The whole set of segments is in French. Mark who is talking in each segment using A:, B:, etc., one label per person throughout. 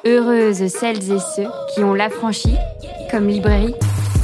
A: Heureuses celles et ceux qui ont l'affranchi comme librairie.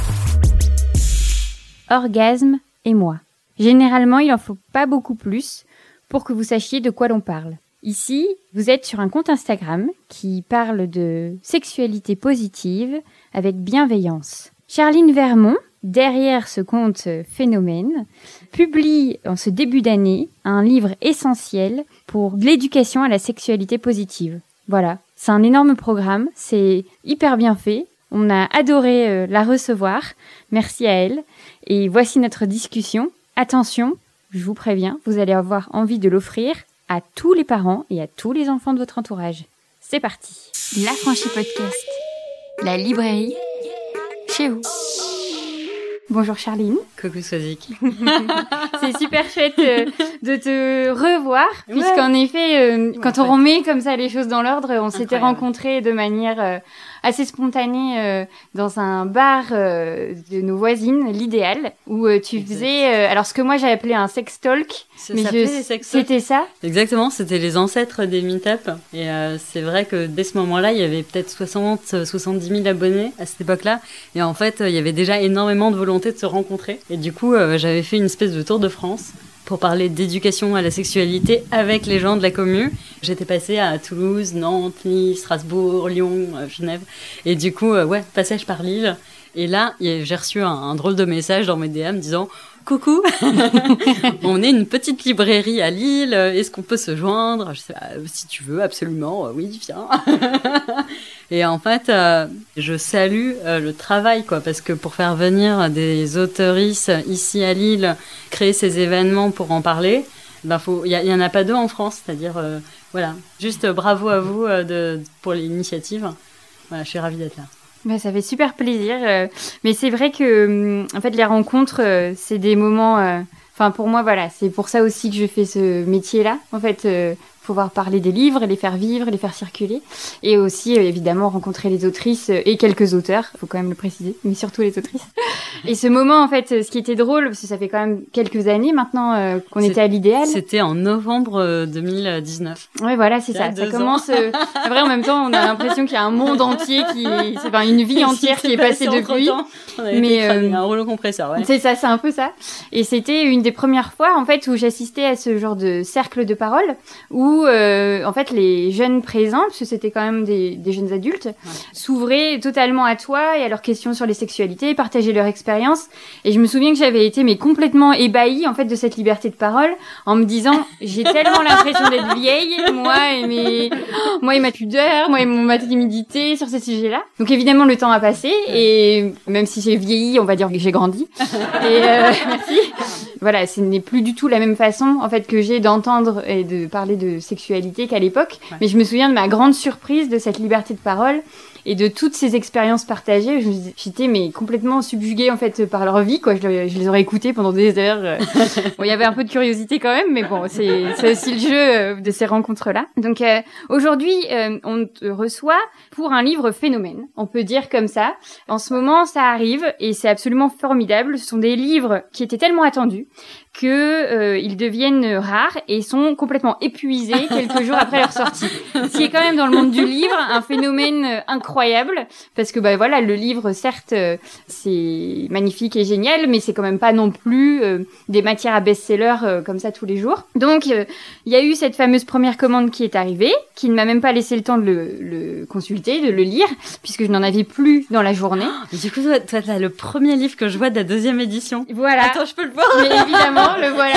A: Orgasme et moi. Généralement, il en faut pas beaucoup plus pour que vous sachiez de quoi l'on parle. Ici, vous êtes sur un compte Instagram qui parle de sexualité positive avec bienveillance. Charline Vermont, derrière ce compte Phénomène, publie en ce début d'année un livre essentiel pour l'éducation à la sexualité positive. Voilà, c'est un énorme programme, c'est hyper bien fait. On a adoré la recevoir, merci à elle. Et voici notre discussion. Attention, je vous préviens, vous allez avoir envie de l'offrir à tous les parents et à tous les enfants de votre entourage. C'est parti. L'Affranchi Podcast, la librairie, chez vous. Bonjour Charline.
B: Coucou Swazik.
A: C'est super chouette de te revoir, puisqu'en effet, quand on remet comme ça les choses dans l'ordre, on s'était rencontrés de manière assez spontanée dans un bar de nos voisines, l'Idéal, où tu faisais, alors ce que moi j'ai appelé un sex talk, c'était ça.
B: Exactement, c'était les ancêtres des meet-up, et c'est vrai que dès ce moment-là, il y avait peut-être 70 000 abonnés à cette époque-là, et en fait, il y avait déjà énormément de volonté de se rencontrer. Et du coup, j'avais fait une espèce de tour de France pour parler d'éducation à la sexualité avec les gens de la commune. J'étais passée à Toulouse, Nantes, Nice, Strasbourg, Lyon, Genève. Et du coup, passage par Lille. Et là, j'ai reçu un drôle de message dans mes DM disant « Coucou, on est une petite librairie à Lille, est-ce qu'on peut se joindre ?» Je sais, si tu veux, absolument, oui, viens. Et en fait, je salue le travail, quoi, parce que pour faire venir des auteuristes ici à Lille, créer ces événements pour en parler, il y en a pas deux en France, c'est-à-dire, voilà, juste bravo à vous pour l'initiative. Voilà, je suis ravie d'être là.
A: Ça fait super plaisir, mais c'est vrai que en fait les rencontres c'est des moments, pour moi voilà, c'est pour ça aussi que je fais ce métier-là. En fait, pouvoir parler des livres, les faire vivre, les faire circuler, et aussi évidemment rencontrer les autrices et quelques auteurs, faut quand même le préciser, mais surtout les autrices. Et ce moment en fait, ce qui était drôle, parce que ça fait quand même quelques années maintenant qu'on était à l'Idéal.
B: C'était en novembre 2019.
A: Ouais, voilà, c'est ça. Ça commence. C'est vrai, en même temps, on a l'impression qu'il y a un monde entier une vie entière qui est passée depuis.
B: Mais un rouleau compresseur, ouais.
A: C'est ça, c'est un peu ça. Et c'était une des premières fois en fait où j'assistais à ce genre de cercle de parole où en fait les jeunes présents, parce que c'était quand même des jeunes adultes, s'ouvraient totalement à toi et à leurs questions sur les sexualités, partageaient leur expérience. Et je me souviens que j'avais été complètement ébahie en fait de cette liberté de parole, en me disant j'ai tellement l'impression d'être vieille, moi et ma pudeur, moi et ma timidité sur ces sujets-là. Donc évidemment le temps a passé et même si j'ai vieilli, on va dire que j'ai grandi. Et merci. Voilà, ce n'est plus du tout la même façon en fait que j'ai d'entendre et de parler de sexualité qu'à l'époque. Ouais. Mais je me souviens de ma grande surprise de cette liberté de parole et de toutes ces expériences partagées. J'étais complètement subjuguée en fait par leur vie, quoi. Je les aurais écoutées pendant des heures. Bon, il y avait un peu de curiosité quand même, mais bon, c'est aussi le jeu de ces rencontres-là. Donc aujourd'hui, on te reçoit pour un livre Phénomène. On peut dire comme ça. En ce moment, ça arrive et c'est absolument formidable. Ce sont des livres qui étaient tellement attendus que ils deviennent rares et sont complètement épuisés quelques jours après leur sortie. Ce qui est quand même dans le monde du livre un phénomène incroyable parce que voilà, le livre certes c'est magnifique et génial, mais c'est quand même pas non plus des matières à best-seller comme ça tous les jours. Donc il y a eu cette fameuse première commande qui est arrivée, qui ne m'a même pas laissé le temps de le consulter, de le lire, puisque je n'en avais plus dans la journée.
B: Oh, du coup, toi, t'as le premier livre que je vois de la 2e édition.
A: Voilà.
B: Attends, je peux le voir?
A: Mais évidemment, le voilà.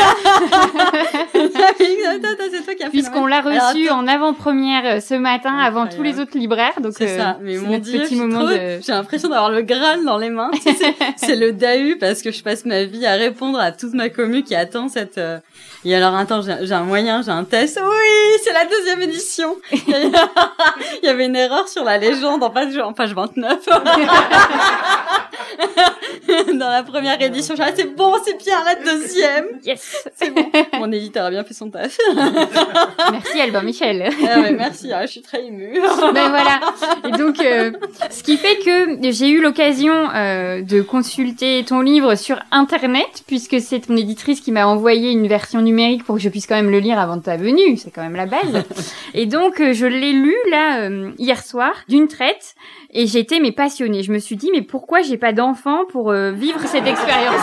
B: C'est toi qui as fait.
A: Puisqu'on l'a reçu en avant-première ce matin, avant tous les autres libraires. Donc
B: c'est ça. Mais mon Dieu,
A: petit moment
B: j'ai l'impression d'avoir le Graal dans les mains. C'est le Dahu parce que je passe ma vie à répondre à toute ma commu qui attend cette. Et alors attends, j'ai un moyen, j'ai un test. Oui, c'est la 2e édition. Il y avait une erreur sur la légende en page 29. Dans la première édition, j'ai dit, c'est bon, c'est bien la deuxième.
A: Yes.
B: C'est bon. Mon éditeur a bien fait son taf.
A: Merci Albin Michel.
B: Ah ouais, merci, je suis très émue.
A: Ben voilà. Et donc, ce qui fait que j'ai eu l'occasion de consulter ton livre sur Internet, puisque c'est ton éditrice qui m'a envoyé une version numérique pour que je puisse quand même le lire avant de ta venue. C'est quand même la base. Et donc, je l'ai lu là hier soir d'une traite. Et j'étais passionnée. Je me suis dit, mais pourquoi j'ai pas d'enfant pour vivre cette expérience?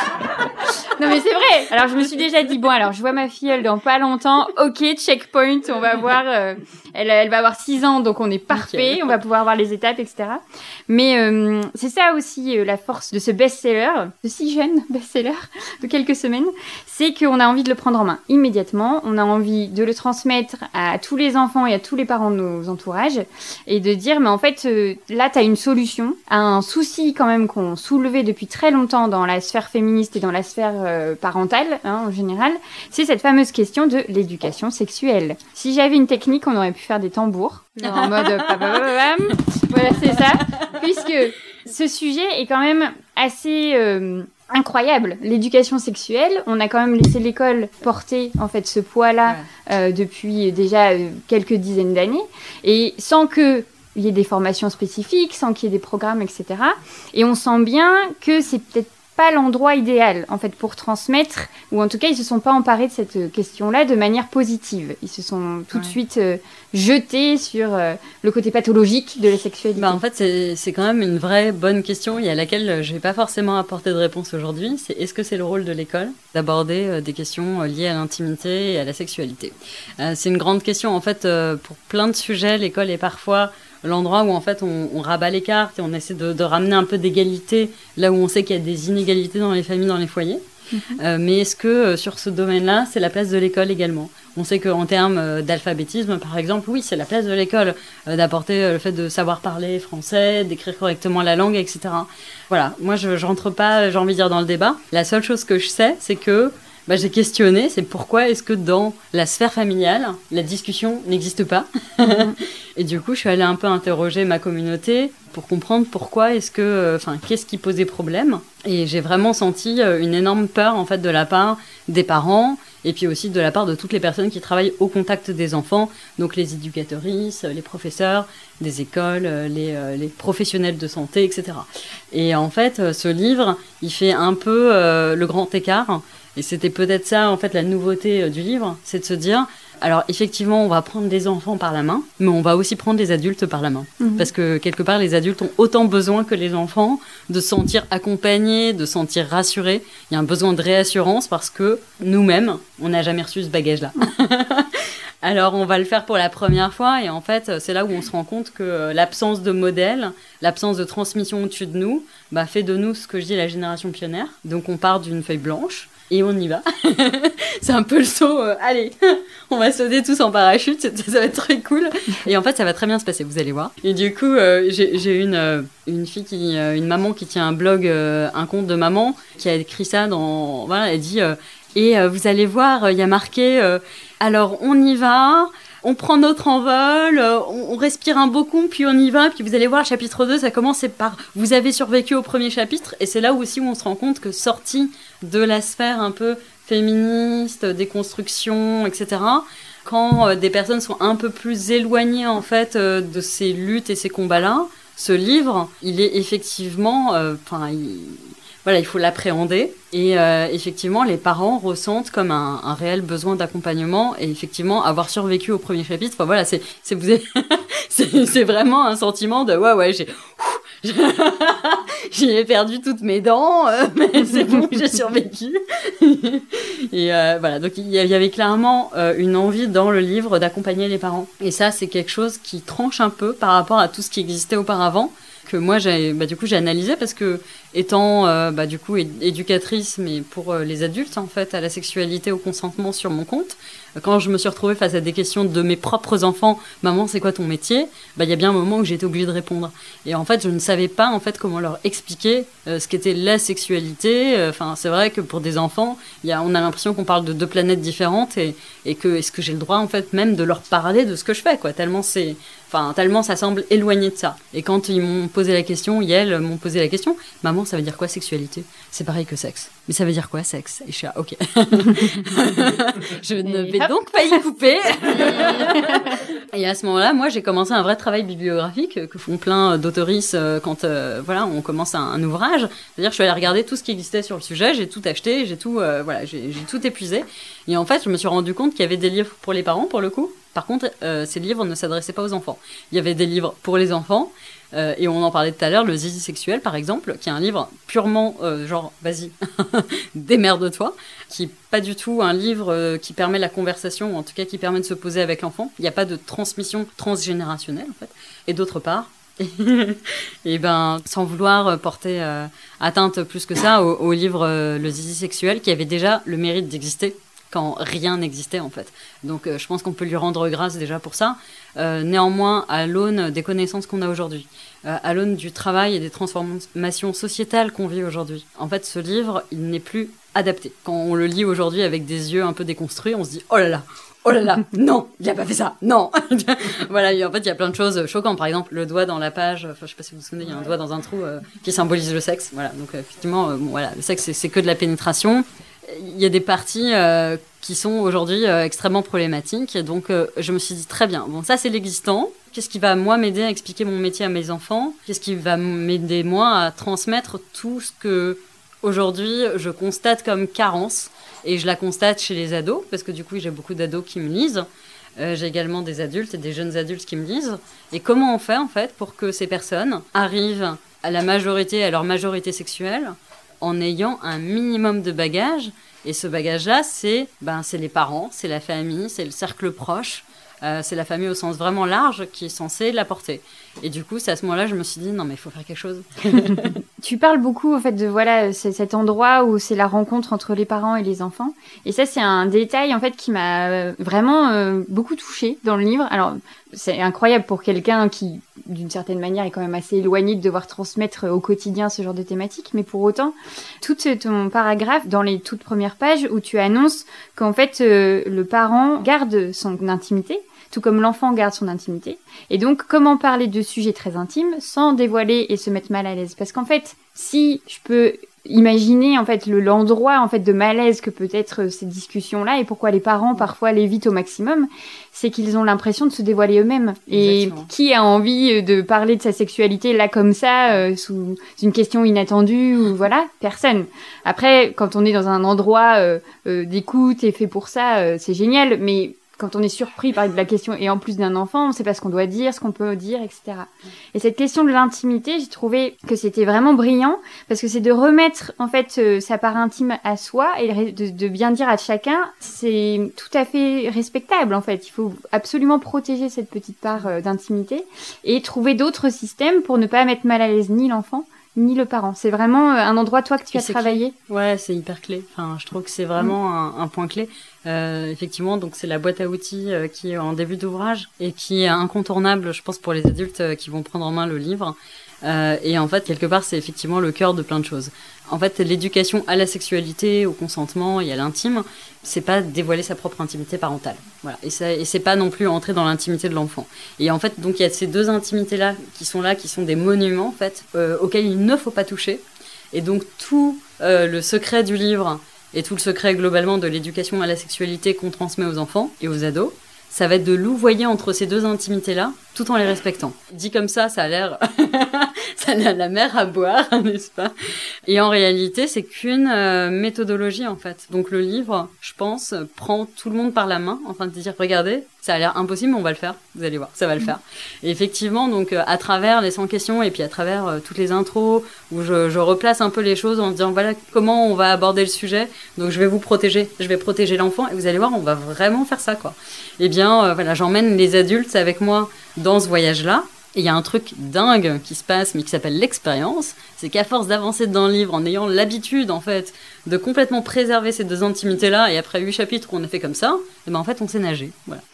A: Non mais c'est vrai. Alors je me suis déjà dit, bon alors je vois ma filleule dans pas longtemps. Ok, checkpoint, on va voir. Elle va avoir 6 ans, donc on est parfait. Okay. On va pouvoir voir les étapes, etc. Mais c'est ça aussi la force de ce best-seller, de si jeune best-seller de quelques semaines, c'est qu'on a envie de le prendre en main immédiatement. On a envie de le transmettre à tous les enfants et à tous les parents de nos entourages et de dire, mais en fait, là, t'as une solution à un souci quand même qu'on soulevait depuis très longtemps dans la sphère féministe et dans la sphère parentale, en général. C'est cette fameuse question de l'éducation sexuelle. Si j'avais une technique, on aurait pu faire des tambours, genre en mode voilà, c'est ça. Puisque ce sujet est quand même assez incroyable. L'éducation sexuelle, on a quand même laissé l'école porter en fait ce poids-là depuis déjà quelques dizaines d'années, et sans que il y ait des formations spécifiques, sans qu'il y ait des programmes, etc. Et on sent bien que c'est peut-être pas l'endroit idéal, en fait, pour transmettre, ou en tout cas, ils se sont pas emparés de cette question-là de manière positive. Ils se sont tout de suite jetés sur le côté pathologique de la sexualité.
B: En fait, c'est quand même une vraie bonne question et à laquelle je vais pas forcément apporter de réponse aujourd'hui. C'est est-ce que c'est le rôle de l'école d'aborder des questions liées à l'intimité et à la sexualité? C'est une grande question. En fait, pour plein de sujets, l'école est parfois l'endroit où en fait on rabat les cartes et on essaie de ramener un peu d'égalité là où on sait qu'il y a des inégalités dans les familles, dans les foyers. Mais est-ce que sur ce domaine-là, c'est la place de l'école également? On sait qu'en termes d'alphabétisme, par exemple, oui, c'est la place de l'école d'apporter le fait de savoir parler français, d'écrire correctement la langue, etc. Voilà, moi je rentre pas, j'ai envie de dire, dans le débat. La seule chose que je sais, c'est que j'ai questionné, c'est pourquoi est-ce que dans la sphère familiale, la discussion n'existe pas. Et du coup, je suis allée un peu interroger ma communauté pour comprendre pourquoi est-ce que, qu'est-ce qui posait problème. Et j'ai vraiment senti une énorme peur, en fait, de la part des parents et puis aussi de la part de toutes les personnes qui travaillent au contact des enfants, donc les éducatrices, les professeurs des écoles, les professionnels de santé, etc. Et en fait, ce livre, il fait un peu le grand écart. Et c'était peut-être ça, en fait, la nouveauté du livre, c'est de se dire, alors effectivement, on va prendre des enfants par la main, mais on va aussi prendre des adultes par la main. Parce que quelque part, les adultes ont autant besoin que les enfants de se sentir accompagnés, de se sentir rassurés. Il y a un besoin de réassurance parce que nous-mêmes, on n'a jamais reçu ce bagage-là. Alors, on va le faire pour la première fois et en fait, c'est là où on se rend compte que l'absence de modèle, l'absence de transmission au-dessus de nous, fait de nous ce que je dis la génération pionnière. Donc, on part d'une feuille blanche. Et on y va. C'est un peu le saut. Allez, on va sauter tous en parachute. Ça va être très cool. Et en fait, ça va très bien se passer, vous allez voir. Et du coup, j'ai une fille une maman qui tient un blog, un compte de maman, qui a écrit ça dans. Voilà, elle dit. Et vous allez voir, il y a marqué. Alors, on y va. On prend notre envol, on respire un beau coup, puis on y va. Puis vous allez voir, le chapitre 2, ça commence par « Vous avez survécu au premier chapitre ». Et c'est là aussi où on se rend compte que sorti de la sphère un peu féministe, déconstruction, etc., quand des personnes sont un peu plus éloignées en fait de ces luttes et ces combats-là, ce livre, il est effectivement... Voilà, il faut l'appréhender. Et effectivement, les parents ressentent comme un réel besoin d'accompagnement. Et effectivement, avoir survécu au premier chapitre, voilà, c'est vraiment un sentiment de j'ai perdu toutes mes dents, mais c'est bon, j'ai survécu. Et voilà, donc il y avait clairement une envie dans le livre d'accompagner les parents. Et ça, c'est quelque chose qui tranche un peu par rapport à tout ce qui existait auparavant. Que moi j'ai analysé parce que étant éducatrice mais pour les adultes en fait à la sexualité, au consentement sur mon compte, quand je me suis retrouvée face à des questions de mes propres enfants, maman c'est quoi ton métier, il y a bien un moment où j'ai été obligée de répondre et en fait je ne savais pas en fait comment leur expliquer ce qu'était la sexualité. C'est vrai que pour des enfants on a l'impression qu'on parle de deux planètes différentes et que est-ce que j'ai le droit en fait même de leur parler de ce que je fais quoi, tellement ça semble éloigné de ça. Et quand ils m'ont posé la question, elles m'ont posé la question, maman maman, ça veut dire quoi sexualité? C'est pareil que sexe. Mais ça veut dire quoi sexe? Et je suis là, ok. Je ne vais donc pas y couper. Et à ce moment-là, moi, j'ai commencé un vrai travail bibliographique que font plein d'autoristes quand on commence un ouvrage. C'est-à-dire, je suis allée regarder tout ce qui existait sur le sujet, j'ai tout acheté, j'ai tout épuisé. Et en fait, je me suis rendu compte qu'il y avait des livres pour les parents, pour le coup. Par contre, ces livres ne s'adressaient pas aux enfants. Il y avait des livres pour les enfants. Et on en parlait tout à l'heure, le Zizi sexuel par exemple, qui est un livre purement genre vas-y, démerde-toi, qui est pas du tout un livre qui permet la conversation, ou en tout cas qui permet de se poser avec l'enfant. Il n'y a pas de transmission transgénérationnelle en fait. Et d'autre part, et sans vouloir porter atteinte plus que ça au livre le Zizi sexuel, qui avait déjà le mérite d'exister quand rien n'existait en fait. Donc je pense qu'on peut lui rendre grâce déjà pour ça. Néanmoins, à l'aune des connaissances qu'on a aujourd'hui, à l'aune du travail et des transformations sociétales qu'on vit aujourd'hui, en fait ce livre, il n'est plus adapté. Quand on le lit aujourd'hui avec des yeux un peu déconstruits, on se dit « Oh là là, non, il a pas fait ça, non !» Voilà, et en fait, il y a plein de choses choquantes. Par exemple, le doigt dans la page, je sais pas si vous vous souvenez, il y a un doigt dans un trou qui symbolise le sexe. Voilà, donc effectivement, le sexe, c'est que de la pénétration. Il y a des parties qui sont aujourd'hui extrêmement problématiques. Donc, je me suis dit, très bien, bon, ça, c'est l'existant. Qu'est-ce qui va, moi, m'aider à expliquer mon métier à mes enfants? Qu'est-ce qui va m'aider, moi, à transmettre tout ce que, aujourd'hui, je constate comme carence? Et je la constate chez les ados, parce que du coup, j'ai beaucoup d'ados qui me lisent. J'ai également des adultes et des jeunes adultes qui me lisent. Et comment on fait, en fait, pour que ces personnes arrivent à leur majorité sexuelle en ayant un minimum de bagage? Et ce bagage-là, c'est les parents, c'est la famille, c'est le cercle proche, c'est la famille au sens vraiment large qui est censée l'apporter. Et du coup, c'est à ce moment-là, je me suis dit, non, mais il faut faire quelque chose.
A: Tu parles beaucoup, en fait, de cet endroit où c'est la rencontre entre les parents et les enfants. Et ça, c'est un détail, en fait, qui m'a vraiment beaucoup touchée dans le livre. Alors, c'est incroyable pour quelqu'un qui, d'une certaine manière, est quand même assez éloigné de devoir transmettre au quotidien ce genre de thématique. Mais pour autant, tout ton paragraphe, dans les toutes premières pages, où tu annonces qu'en fait, le parent garde son intimité, tout comme l'enfant garde son intimité. Et donc, comment parler de sujets très intimes sans dévoiler et se mettre mal à l'aise? Parce qu'en fait, si je peux imaginer en fait l'endroit en fait de malaise que peut être cette discussion-là et pourquoi les parents parfois l'évitent au maximum, c'est qu'ils ont l'impression de se dévoiler eux-mêmes. Et exactement. Qui a envie de parler de sa sexualité là comme ça sous une question inattendue ou voilà, personne. Après, quand on est dans un endroit d'écoute et fait pour ça, c'est génial, mais quand on est surpris par la question et en plus d'un enfant, on ne sait pas ce qu'on doit dire, ce qu'on peut dire, etc. Et cette question de l'intimité, j'ai trouvé que c'était vraiment brillant parce que c'est de remettre en fait sa part intime à soi et de bien dire à chacun, c'est tout à fait respectable en fait. Il faut absolument protéger cette petite part d'intimité et trouver d'autres systèmes pour ne pas mettre mal à l'aise ni l'enfant ni le parent. C'est vraiment un endroit, toi, que tu as travaillé.
B: Ouais, c'est hyper clé. Enfin, je trouve que c'est vraiment un point clé. Effectivement, donc c'est la boîte à outils qui est en début d'ouvrage et qui est incontournable, je pense, pour les adultes qui vont prendre en main le livre. Et en fait, quelque part, c'est effectivement le cœur de plein de choses. En fait, l'éducation à la sexualité, au consentement et à l'intime, c'est pas dévoiler sa propre intimité parentale. Voilà. Et c'est pas non plus entrer dans l'intimité de l'enfant. Et en fait, donc il y a ces deux intimités-là, qui sont des monuments, en fait, auxquels il ne faut pas toucher. Et donc, tout le secret du livre et tout le secret, globalement, de l'éducation à la sexualité qu'on transmet aux enfants et aux ados, ça va être de louvoyer entre ces deux intimités-là, tout en les respectant. Dit comme ça a l'air ça a la mer à boire, n'est-ce pas? Et en réalité, c'est qu'une méthodologie, en fait. Donc le livre, je pense, prend tout le monde par la main, en train de dire, regardez, ça a l'air impossible, mais on va le faire. Vous allez voir, ça va le faire. Et effectivement, donc, à travers les 100 questions et puis à travers toutes les intros, où je replace un peu les choses en disant, voilà, comment on va aborder le sujet. Donc je vais vous protéger, je vais protéger l'enfant, et vous allez voir, on va vraiment faire ça, quoi. Eh bien, voilà, j'emmène les adultes avec moi dans ce voyage-là. Et il y a un truc dingue qui se passe, mais qui s'appelle l'expérience. C'est qu'à force d'avancer dans le livre, en ayant l'habitude, en fait, de complètement préserver ces deux intimités-là, et après 8 chapitres qu'on a fait comme ça, et ben en fait, on sait nager. Voilà.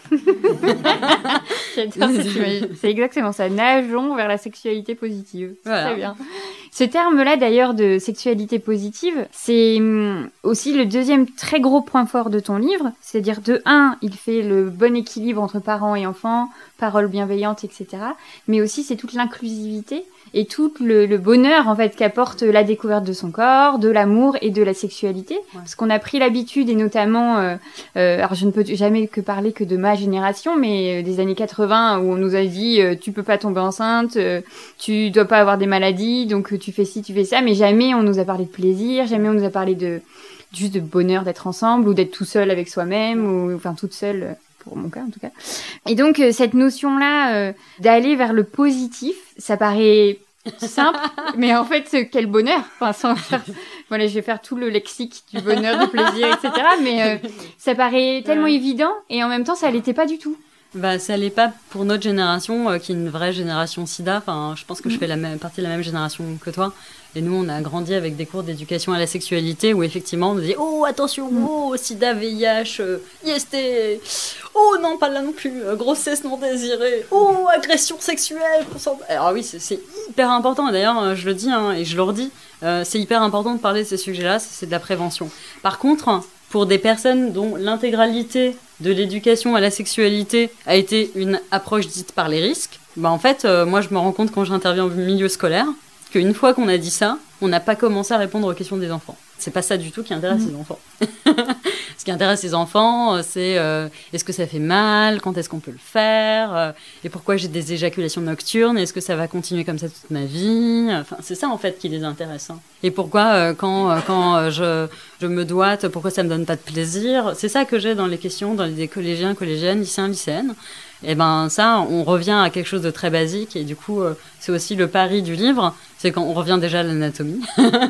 A: C'est exactement ça. Nageons vers la sexualité positive.
B: Voilà.
A: Très bien. Ce terme-là, d'ailleurs, de sexualité positive, c'est aussi le deuxième très gros point fort de ton livre. C'est-à-dire, de 1, il fait le bon équilibre entre parents et enfants, paroles bienveillantes, etc. Mais aussi, c'est toute l'inclusivité et tout le bonheur en fait qu'apporte la découverte de son corps, de l'amour et de la sexualité. Parce qu'on a pris l'habitude, et notamment, alors je ne peux jamais parler que de ma génération, mais des années 80 où on nous a dit tu peux pas tomber enceinte, tu dois pas avoir des maladies, donc tu fais ci, tu fais ça, mais jamais on nous a parlé de plaisir, jamais on nous a parlé de juste de bonheur d'être ensemble ou d'être tout seul avec soi-même ou enfin toute seule. Pour mon cas en tout cas. Et donc cette notion-là d'aller vers le positif, ça paraît simple, mais en fait quel bonheur. Enfin, sans faire... voilà, je vais faire tout le lexique du bonheur, du plaisir, etc. Mais ça paraît tellement évident et en même temps ça l'était pas du tout.
B: Bah, ça l'est pas pour notre génération, qui est une vraie génération SIDA. Enfin, je pense que je fais partie de la même génération que toi. Et nous, on a grandi avec des cours d'éducation à la sexualité où effectivement on nous dit oh attention, oh SIDA, VIH, IST, oh non pas là non plus, grossesse non désirée, oh agression sexuelle. Alors oui, c'est hyper important. D'ailleurs, je le dis et je le redis, c'est hyper important de parler de ces sujets-là. C'est de la prévention. Par contre, pour des personnes dont l'intégralité de l'éducation à la sexualité a été une approche dite par les risques, bah en fait, moi je me rends compte quand j'interviens au milieu scolaire qu'une fois qu'on a dit ça, on n'a pas commencé à répondre aux questions des enfants. C'est pas ça du tout qui intéresse les enfants. Ce qui intéresse les enfants, c'est est-ce que ça fait mal, quand est-ce qu'on peut le faire, et pourquoi j'ai des éjaculations nocturnes, est-ce que ça va continuer comme ça toute ma vie. Enfin, c'est ça en fait qui les intéresse. Et pourquoi quand je me doite, pourquoi ça me donne pas de plaisir. C'est ça que j'ai dans les questions, dans les collégiens, collégiennes, lycéens, lycéennes. Et ben ça, on revient à quelque chose de très basique, et du coup, c'est aussi le pari du livre, c'est quand on revient déjà à l'anatomie.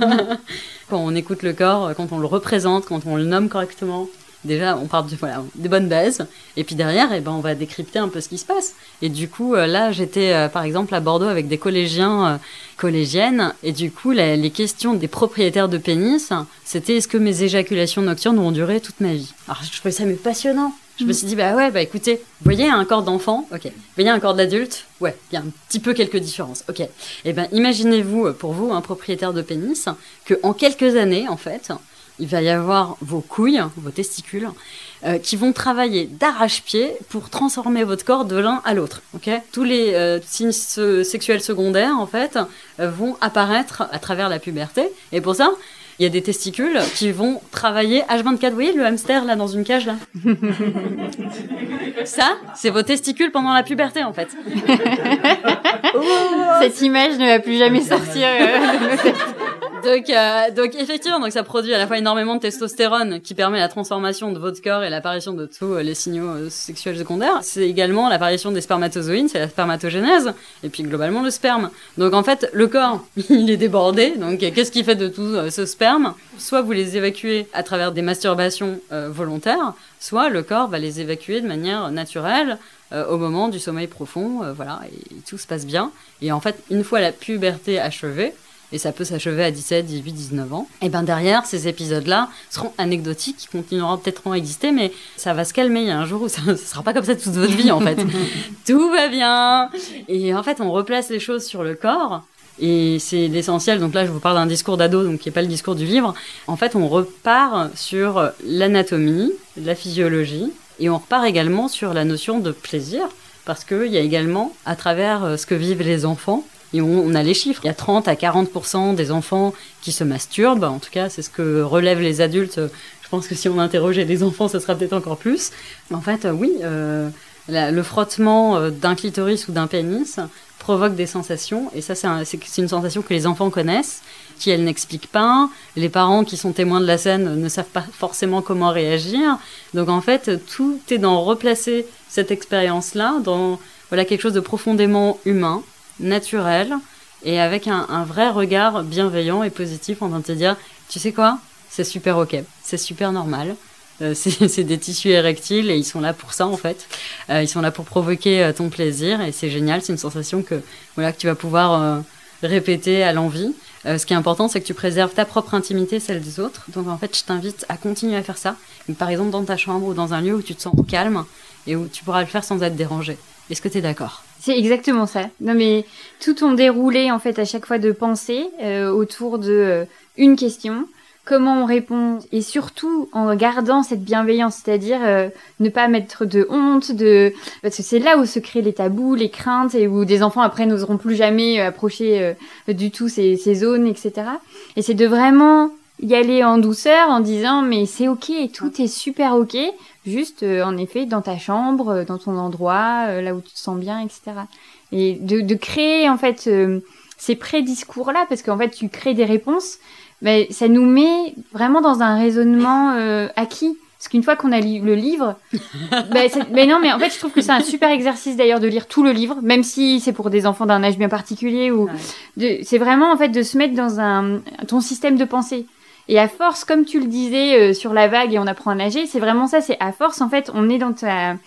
B: Quand on écoute le corps, quand on le représente, quand on le nomme correctement, déjà on part des bonnes bases, et puis derrière on va décrypter un peu ce qui se passe. Et du coup là j'étais par exemple à Bordeaux avec des collégiens, collégiennes, et du coup les questions des propriétaires de pénis, c'était est-ce que mes éjaculations nocturnes vont durer toute ma vie. Alors je trouvais ça passionnant. Je me suis dit, écoutez, vous voyez un corps d'enfant, ok. Vous voyez un corps d'adulte, ouais, il y a un petit peu quelques différences, ok. Et imaginez-vous, pour vous, un propriétaire de pénis, qu'en quelques années, en fait, il va y avoir vos couilles, vos testicules, qui vont travailler d'arrache-pied pour transformer votre corps de l'un à l'autre, ok. Tous les signes sexuels secondaires, en fait, vont apparaître à travers la puberté, et pour ça, il y a des testicules qui vont travailler H24. Vous voyez le hamster là dans une cage là? Ça, c'est vos testicules pendant la puberté en fait.
A: Cette image ne va plus jamais sortir de nos têtes.
B: Donc effectivement, donc ça produit à la fois énormément de testostérone qui permet la transformation de votre corps et l'apparition de tous les signaux sexuels secondaires. C'est également l'apparition des spermatozoïdes, c'est la spermatogénèse, et puis globalement le sperme. Donc en fait, le corps, il est débordé. Donc qu'est-ce qu'il fait de tout ce sperme? Soit vous les évacuez à travers des masturbations volontaires, soit le corps va les évacuer de manière naturelle au moment du sommeil profond, et tout se passe bien. Et en fait, une fois la puberté achevée, et ça peut s'achever à 17, 18, 19 ans. Et derrière, ces épisodes-là seront anecdotiques, continueront peut-être à exister, mais ça va se calmer. Il y a un jour où ça ne sera pas comme ça toute votre vie, en fait. Tout va bien. Et en fait, on replace les choses sur le corps. Et c'est l'essentiel. Donc là, je vous parle d'un discours d'ado, donc qui n'est pas le discours du livre. En fait, on repart sur l'anatomie, la physiologie, et on repart également sur la notion de plaisir, parce qu'il y a également, à travers ce que vivent les enfants, et on a les chiffres. Il y a 30 à 40% des enfants qui se masturbent. En tout cas, c'est ce que relèvent les adultes. Je pense que si on interrogeait les enfants, ça sera peut-être encore plus. En fait, oui, le frottement d'un clitoris ou d'un pénis provoque des sensations. Et ça, c'est une sensation que les enfants connaissent, qui elles n'expliquent pas. Les parents qui sont témoins de la scène ne savent pas forcément comment réagir. Donc en fait, tout est dans replacer cette expérience-là dans quelque chose de profondément humain, naturel, et avec un vrai regard bienveillant et positif en train de te dire, tu sais quoi, c'est super ok, c'est super normal, c'est des tissus érectiles et ils sont là pour ça en fait, ils sont là pour provoquer ton plaisir et c'est génial, c'est une sensation que tu vas pouvoir répéter à l'envi. Ce qui est important, c'est que tu préserves ta propre intimité, celle des autres. Donc en fait, je t'invite à continuer à faire ça, par exemple dans ta chambre ou dans un lieu où tu te sens calme et où tu pourras le faire sans être dérangé. Est-ce que tu es d'accord ?
A: C'est exactement ça. Non mais tout ton déroulé en fait à chaque fois de pensée autour de une question. comment on répond, et surtout en gardant cette bienveillance, c'est-à-dire ne pas mettre de honte, parce que c'est là où se créent les tabous, les craintes, et où des enfants après n'oseront plus jamais approcher du tout ces zones, etc. Et c'est de vraiment y aller en douceur, en disant mais c'est ok, tout est super ok, juste en effet dans ta chambre, dans ton endroit, là où tu te sens bien, etc. Et de créer en fait ces pré-discours-là, parce qu'en fait tu crées des réponses, mais ça nous met vraiment dans un raisonnement acquis. Parce qu'une fois qu'on a lu le livre, mais non, mais en fait, je trouve que c'est un super exercice d'ailleurs de lire tout le livre, même si c'est pour des enfants d'un âge bien particulier. C'est vraiment en fait de se mettre dans ton système de pensée. Et à force, comme tu le disais sur la vague et on apprend à nager, c'est vraiment ça. C'est à force, en fait, on est dans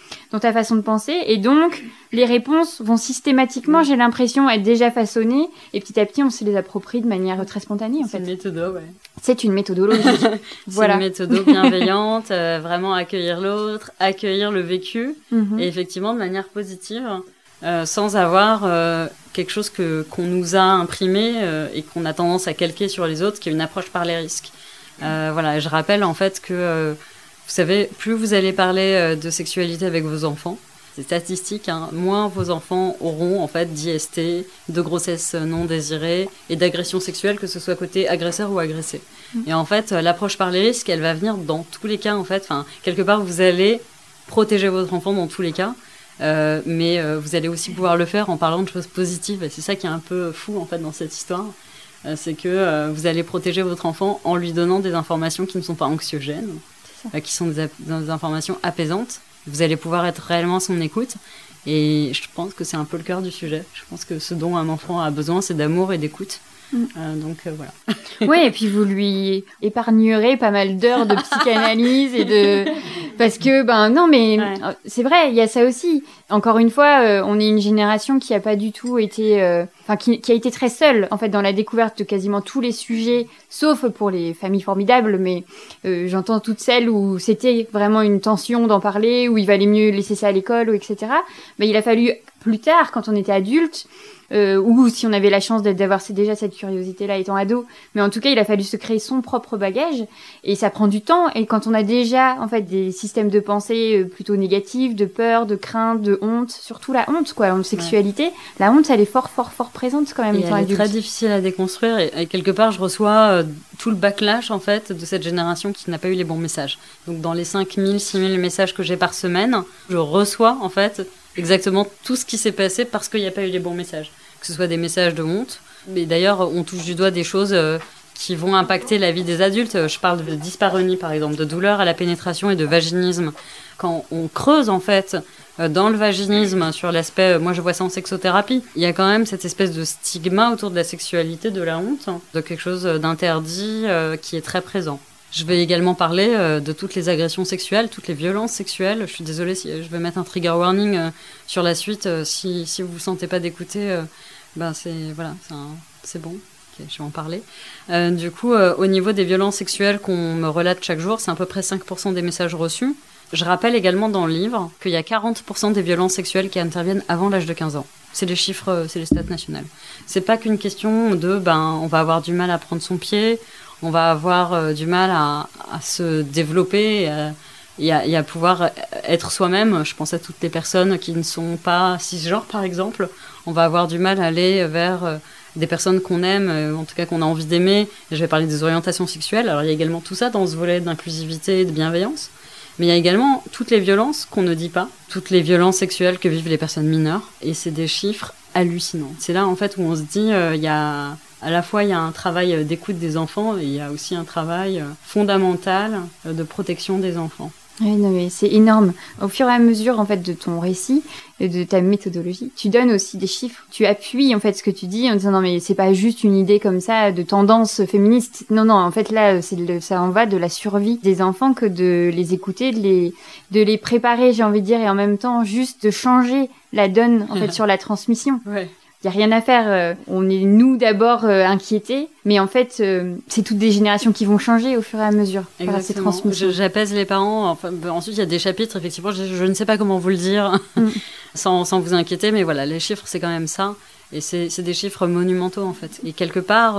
A: ta façon de penser, et donc les réponses vont systématiquement, j'ai l'impression, être déjà façonnées, et petit à petit, on se les approprie de manière très spontanée. En fait,
B: c'est une méthode, ouais.
A: C'est une méthodologie. Voilà.
B: C'est une méthode bienveillante, vraiment accueillir l'autre, accueillir le vécu, et effectivement de manière positive, sans avoir quelque chose qu'on nous a imprimé et qu'on a tendance à calquer sur les autres, qui est une approche par les risques. Voilà, je rappelle en fait que, vous savez, plus vous allez parler de sexualité avec vos enfants, c'est statistique, hein, moins vos enfants auront en fait d'IST, de grossesse non désirée et d'agression sexuelle, que ce soit côté agresseur ou agressé. Et en fait, l'approche par les risques, elle va venir dans tous les cas en fait. Enfin, quelque part, vous allez protéger votre enfant dans tous les cas. Mais vous allez aussi pouvoir le faire en parlant de choses positives, et c'est ça qui est un peu fou en fait dans cette histoire, c'est que vous allez protéger votre enfant en lui donnant des informations qui ne sont pas anxiogènes, qui sont des informations apaisantes. Vous allez pouvoir être réellement à son écoute, et je pense que c'est un peu le cœur du sujet. Je pense que ce dont un enfant a besoin, c'est d'amour et d'écoute. Donc voilà.
A: Oui, et puis vous lui épargnerez pas mal d'heures de psychanalyse parce que non, mais c'est vrai, il y a ça aussi. Encore une fois, on est une génération qui a pas du tout été, qui a été très seule en fait dans la découverte de quasiment tous les sujets, sauf pour les familles formidables. Mais j'entends toutes celles où c'était vraiment une tension d'en parler, où il valait mieux laisser ça à l'école, ou etc. Mais il a fallu plus tard, quand on était adulte, ou si on avait la chance d'avoir déjà cette curiosité-là étant ado. Mais en tout cas, il a fallu se créer son propre bagage, et ça prend du temps. Et quand on a déjà en fait des systèmes de pensée plutôt négatifs, de peur, de crainte, de honte, surtout la honte, quoi, en sexualité, la honte, elle est fort présente quand même étant adulte.
B: Elle est très difficile à déconstruire, et quelque part, je reçois tout le backlash en fait de cette génération qui n'a pas eu les bons messages. Donc dans les 5000, 6000 messages que j'ai par semaine, je reçois en fait exactement tout ce qui s'est passé parce qu'il n'y a pas eu les bons messages. Que ce soit des messages de honte, mais d'ailleurs on touche du doigt des choses qui vont impacter la vie des adultes. Je parle de dyspareunie par exemple, de douleur à la pénétration et de vaginisme. Quand on creuse en fait dans le vaginisme sur l'aspect, moi je vois ça en sexothérapie, il y a quand même cette espèce de stigma autour de la sexualité, de la honte, de quelque chose d'interdit qui est très présent. Je vais également parler de toutes les agressions sexuelles, toutes les violences sexuelles. Je suis désolée si je vais mettre un trigger warning sur la suite. Si vous ne vous sentez pas d'écouter, c'est bon. Okay, je vais en parler. Du coup, au niveau des violences sexuelles qu'on me relate chaque jour, c'est à peu près 5% des messages reçus. Je rappelle également dans le livre qu'il y a 40% des violences sexuelles qui interviennent avant l'âge de 15 ans. C'est les chiffres, c'est les stats nationales. C'est pas qu'une question de on va avoir du mal à prendre son pied, on va avoir du mal à se développer et à pouvoir être soi-même. Je pense à toutes les personnes qui ne sont pas cisgenres, par exemple. On va avoir du mal à aller vers des personnes qu'on aime, en tout cas qu'on a envie d'aimer. Et je vais parler des orientations sexuelles. Alors il y a également tout ça dans ce volet d'inclusivité et de bienveillance. Mais il y a également toutes les violences qu'on ne dit pas, toutes les violences sexuelles que vivent les personnes mineures. Et c'est des chiffres hallucinants. C'est là en fait où on se dit, à la fois, il y a un travail d'écoute des enfants, et il y a aussi un travail fondamental de protection des enfants.
A: Oui, non, mais c'est énorme. Au fur et à mesure, en fait, de ton récit et de ta méthodologie, tu donnes aussi des chiffres. Tu appuies, en fait, ce que tu dis en disant non, mais c'est pas juste une idée comme ça de tendance féministe. Non, en fait, là, ça en va de la survie des enfants que de les écouter, de les préparer, j'ai envie de dire, et en même temps, juste de changer la donne, en fait, sur la transmission.
B: Ouais.
A: Il n'y a rien à faire. On est, nous, d'abord inquiétés. Mais en fait, c'est toutes des générations qui vont changer au fur et à mesure par ces transmissions.
B: J'apaise les parents. Enfin, ensuite, il y a des chapitres, effectivement, je ne sais pas comment vous le dire. sans vous inquiéter, mais voilà, les chiffres, c'est quand même ça. Et c'est des chiffres monumentaux, en fait. Et quelque part,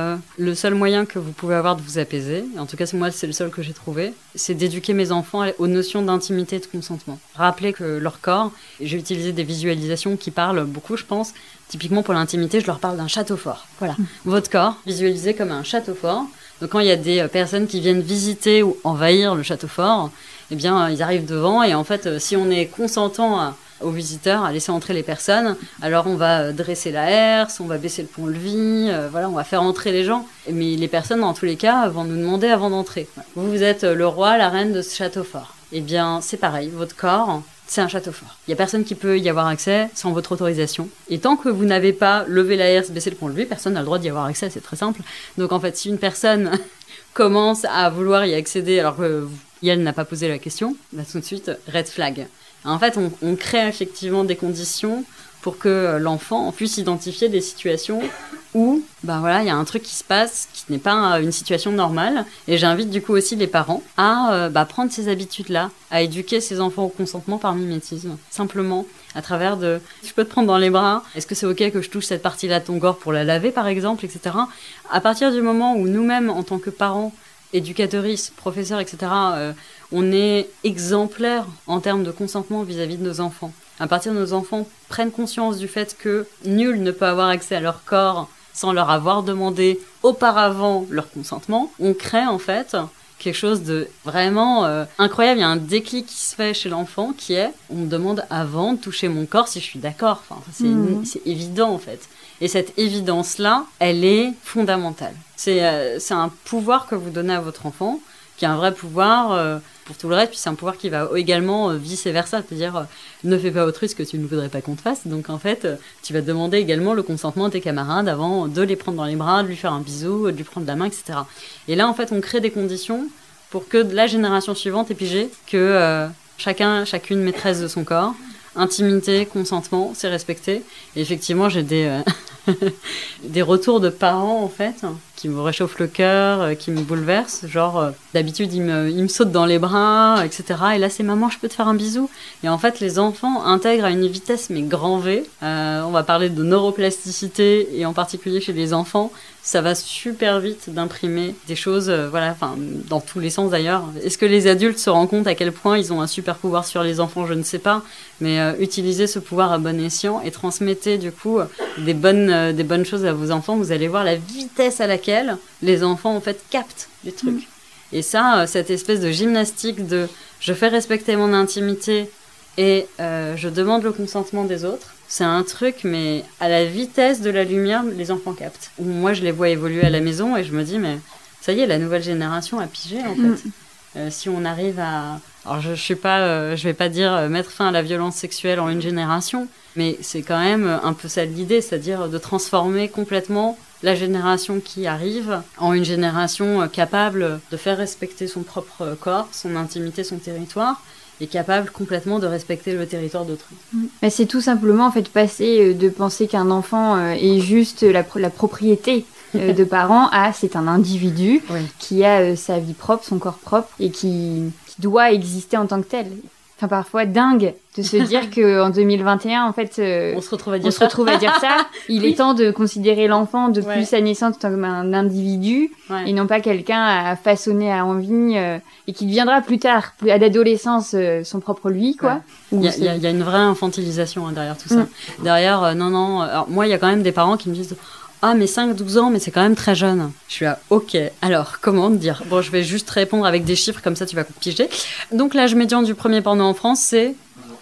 B: le seul moyen que vous pouvez avoir de vous apaiser, en tout cas, moi, c'est le seul que j'ai trouvé, c'est d'éduquer mes enfants aux notions d'intimité et de consentement. Rappeler que leur corps, j'ai utilisé des visualisations qui parlent beaucoup, je pense. Typiquement, pour l'intimité, je leur parle d'un château fort. Voilà. Votre corps, visualisé comme un château fort. Donc, quand il y a des personnes qui viennent visiter ou envahir le château fort, eh bien, ils arrivent devant. Et en fait, si on est consentant aux visiteurs à laisser entrer les personnes, alors on va dresser la herse, on va baisser le pont-levis, voilà, on va faire entrer les gens. Mais les personnes, dans tous les cas, vont nous demander avant d'entrer. Vous êtes le roi, la reine de ce château fort. Eh bien, c'est pareil, votre corps, c'est un château fort. Il n'y a personne qui peut y avoir accès sans votre autorisation. Et tant que vous n'avez pas levé la herse, baissé le pont-levis, personne n'a le droit d'y avoir accès, c'est très simple. Donc en fait, si une personne commence à vouloir y accéder alors qu'elle n'a pas posé la question, bah, tout de suite, red flag. En fait, on crée effectivement des conditions pour que l'enfant puisse identifier des situations où, bah voilà, il y a un truc qui se passe qui n'est pas une situation normale. Et j'invite du coup aussi les parents à prendre ces habitudes-là, à éduquer ses enfants au consentement par mimétisme. Simplement, à travers je peux te prendre dans les bras, est-ce que c'est ok que je touche cette partie-là de ton corps pour la laver par exemple, etc. À partir du moment où nous-mêmes, en tant que parents, éducatrices, professeurs, etc., on est exemplaires en termes de consentement vis-à-vis de nos enfants. À partir de nos enfants prennent conscience du fait que nul ne peut avoir accès à leur corps sans leur avoir demandé auparavant leur consentement, on crée en fait quelque chose de vraiment incroyable. Il y a un déclic qui se fait chez l'enfant qui est, on me demande avant de toucher mon corps si je suis d'accord. Enfin, c'est évident en fait. Et cette évidence-là, elle est fondamentale. C'est un pouvoir que vous donnez à votre enfant, qui est un vrai pouvoir pour tout le reste, puis c'est un pouvoir qui va également vice-versa, c'est-à-dire ne fais pas autrui ce que tu ne voudrais pas qu'on te fasse. Donc en fait, tu vas demander également le consentement à tes camarades avant de les prendre dans les bras, de lui faire un bisou, de lui prendre la main, etc. Et là, en fait, on crée des conditions pour que la génération suivante ait pigé que chacune maîtresse de son corps, intimité, consentement, c'est respecté. Et effectivement, j'ai des retours de parents, en fait, qui me réchauffent le cœur, qui me bouleversent. Genre, d'habitude, ils me sautent dans les bras, etc. Et là, c'est maman, je peux te faire un bisou. Et en fait, les enfants intègrent à une vitesse, mais grand V. On va parler de neuroplasticité, et en particulier chez les enfants. Ça va super vite d'imprimer des choses, dans tous les sens d'ailleurs. Est-ce que les adultes se rendent compte à quel point ils ont un super pouvoir sur les enfants? Je ne sais pas. Mais utilisez ce pouvoir à bon escient et transmettez du coup des bonnes choses à vos enfants. Vous allez voir la vitesse à laquelle les enfants en fait captent les trucs. Et ça, cette espèce de gymnastique de je fais respecter mon intimité et je demande le consentement des autres. C'est un truc, mais à la vitesse de la lumière, les enfants captent. Moi, je les vois évoluer à la maison et je me dis, mais ça y est, la nouvelle génération a pigé, en fait. Si on arrive à... Alors, je vais pas dire mettre fin à la violence sexuelle en une génération, mais c'est quand même un peu ça l'idée, c'est-à-dire de transformer complètement la génération qui arrive en une génération capable de faire respecter son propre corps, son intimité, son territoire, et capable complètement de respecter le territoire d'autrui.
A: Mais c'est tout simplement en fait passer de penser qu'un enfant est juste la propriété de parents à c'est un individu qui a sa vie propre, son corps propre et qui doit exister en tant que tel. Enfin, parfois dingue de se dire qu'en 2021, en fait,
B: on se retrouve à dire
A: ça. Il est temps de considérer l'enfant depuis sa naissance comme un individu et non pas quelqu'un à façonner à envie et qui deviendra plus tard, à l'adolescence, son propre lui, quoi.
B: Il y a une vraie infantilisation derrière tout ça. Derrière, non. Alors, moi, il y a quand même des parents qui me disent ah, mais 5-12 ans, mais c'est quand même très jeune. Je suis là, ok, alors, comment te dire? Bon, je vais juste répondre avec des chiffres, comme ça tu vas piger. Donc, l'âge médian du premier porno en France, c'est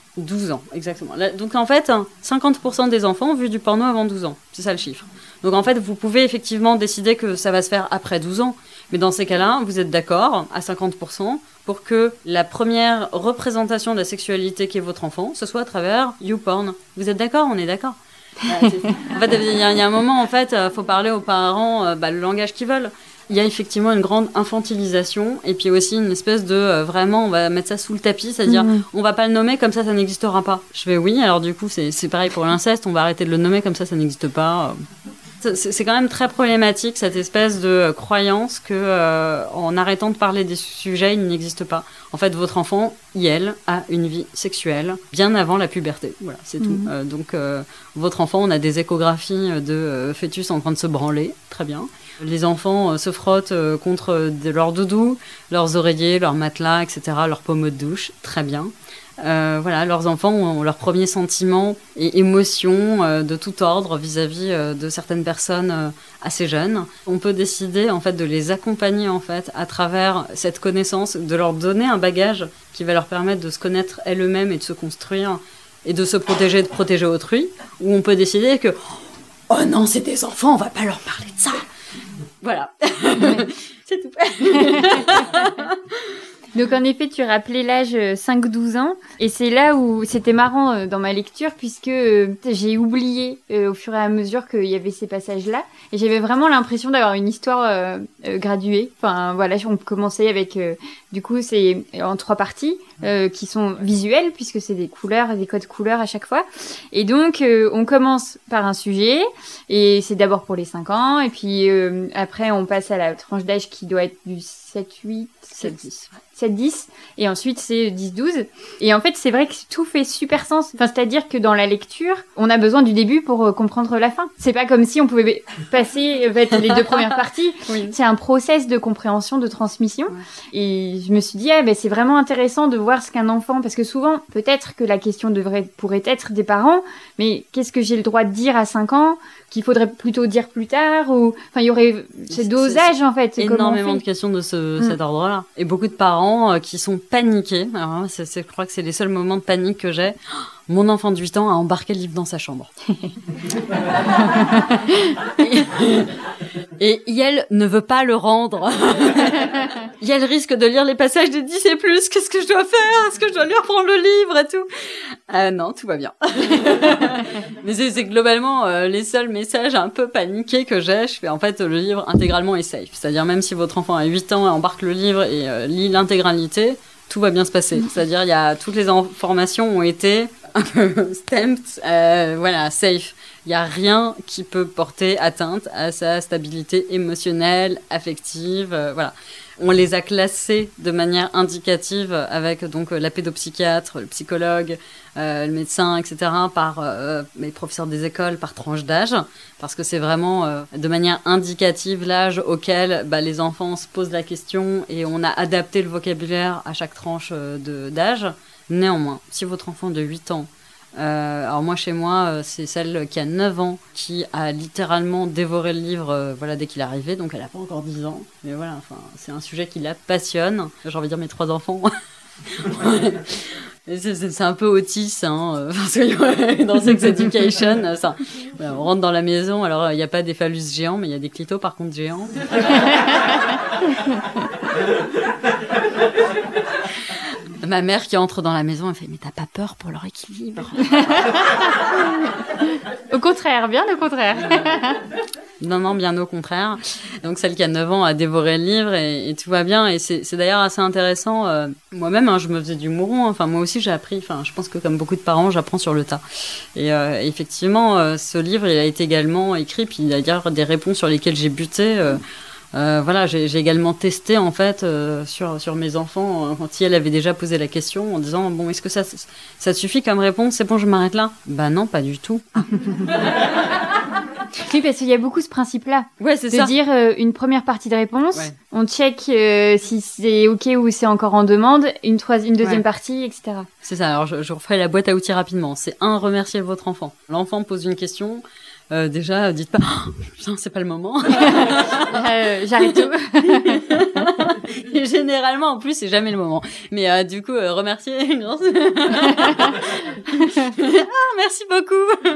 B: 12 ans, exactement. Donc, en fait, 50% des enfants ont vu du porno avant 12 ans. C'est ça le chiffre. Donc, en fait, vous pouvez effectivement décider que ça va se faire après 12 ans. Mais dans ces cas-là, vous êtes d'accord, à 50%, pour que la première représentation de la sexualité qu'est votre enfant, ce soit à travers YouPorn. Vous êtes d'accord? On est d'accord? En fait, il y a un moment, en fait, faut parler aux parents le langage qu'ils veulent. Il y a effectivement une grande infantilisation et puis aussi une espèce de vraiment on va mettre ça sous le tapis, c'est-à-dire on va pas le nommer comme ça n'existera pas. Je fais oui, alors du coup c'est pareil pour l'inceste, on va arrêter de le nommer comme ça n'existe pas. C'est quand même très problématique, cette espèce de croyance que en arrêtant de parler des sujets, il n'existe pas. En fait, votre enfant, elle, a une vie sexuelle bien avant la puberté. Voilà, c'est tout. Donc, votre enfant, on a des échographies de fœtus en train de se branler. Très bien. Les enfants se frottent contre leurs doudous, leurs oreillers, leurs matelas, etc., leurs pommeaux de douche. Très bien. Voilà, leurs enfants ont leurs premiers sentiments et émotions de tout ordre vis-à-vis de certaines personnes assez jeunes. On peut décider en fait de les accompagner en fait à travers cette connaissance, de leur donner un bagage qui va leur permettre de se connaître elles-mêmes et de se construire et de se protéger et de protéger autrui. Ou on peut décider que oh non, c'est des enfants, on va pas leur parler de ça. Voilà, c'est tout.
A: Donc en effet, tu rappelais l'âge 5-12 ans, et c'est là où c'était marrant dans ma lecture, puisque j'ai oublié au fur et à mesure qu'il y avait ces passages-là, et j'avais vraiment l'impression d'avoir une histoire graduée. Enfin voilà, on commençait avec, du coup c'est en 3 parties, qui sont visuelles, puisque c'est des couleurs et des codes couleurs à chaque fois. Et donc on commence par un sujet, et c'est d'abord pour les 5 ans, et puis après on passe à la tranche d'âge qui doit être du 7-8... 7-10, et ensuite c'est 10-12. Et en fait, c'est vrai que tout fait super sens. Enfin, c'est-à-dire que dans la lecture, on a besoin du début pour comprendre la fin. C'est pas comme si on pouvait passer les 2 premières parties. Oui. C'est un process de compréhension, de transmission. Ouais. Et je me suis dit, c'est vraiment intéressant de voir ce qu'un enfant, parce que souvent, peut-être que la question pourrait être des parents, mais qu'est-ce que j'ai le droit de dire à 5 ans, qu'il faudrait plutôt dire plus tard, ou, enfin, il y aurait ces dosages, en fait.
B: Énormément de questions de cet ordre-là. Et beaucoup de parents qui sont paniqués. Alors, je crois que c'est les seuls moments de panique que j'ai. Mon enfant de 8 ans a embarqué le livre dans sa chambre. Et Yael ne veut pas le rendre. Yael risque de lire les passages des 10 et plus. Qu'est-ce que je dois faire? Est-ce que je dois lui reprendre le livre et tout? Non, tout va bien. Mais c'est globalement les seuls messages un peu paniqués que j'ai. Je fais en fait le livre intégralement est safe. C'est-à-dire même si votre enfant a 8 ans et embarque le livre et lit l'intégralité, tout va bien se passer. C'est-à-dire toutes les informations ont été un peu stamped, voilà, safe. Il n'y a rien qui peut porter atteinte à sa stabilité émotionnelle, affective, voilà. On les a classés de manière indicative avec donc la pédopsychiatre, le psychologue, le médecin, etc., par les professeurs des écoles, par tranche d'âge, parce que c'est vraiment de manière indicative l'âge auquel les enfants se posent la question et on a adapté le vocabulaire à chaque tranche d'âge. Néanmoins, si votre enfant de 8 ans, alors moi chez moi c'est celle qui a 9 ans qui a littéralement dévoré le livre voilà, dès qu'il est arrivé, donc elle n'a pas encore 10 ans, mais voilà, enfin, c'est un sujet qui la passionne. J'ai envie de dire mes 3 enfants. C'est un peu autiste, parce que dans Sex Education, ça, voilà, on rentre dans la maison, alors il n'y a pas des phallus géants, mais il y a des clitos par contre géants. Ma mère qui entre dans la maison, elle fait « Mais t'as pas peur pour leur équilibre ?»
A: Au contraire, bien au contraire.
B: Non, bien au contraire. Donc celle qui a 9 ans a dévoré le livre et tout va bien. Et c'est d'ailleurs assez intéressant. Moi-même, je me faisais du mouron. Enfin, moi aussi, j'ai appris. Enfin, je pense que comme beaucoup de parents, j'apprends sur le tas. Et effectivement, ce livre, il a été également écrit. Puis d'ailleurs, des réponses sur lesquelles j'ai buté. Voilà, j'ai également testé en fait sur mes enfants quand elle avait déjà posé la question en disant bon, est-ce que ça suffit comme réponse? C'est bon, je m'arrête là? Bah non, pas du tout.
A: Oui, parce qu'il y a beaucoup ce principe-là.
B: Ouais, c'est ça.
A: De dire une première partie de réponse, ouais. On check si c'est ok ou c'est encore en demande, une deuxième partie, etc. C'est
B: ça. Alors je referai la boîte à outils rapidement. C'est remercier votre enfant. L'enfant pose une question. Déjà, dites pas putain, c'est pas le moment.
A: J'arrête tout.
B: Et généralement, en plus, c'est jamais le moment. Mais du coup, remercier. Merci beaucoup.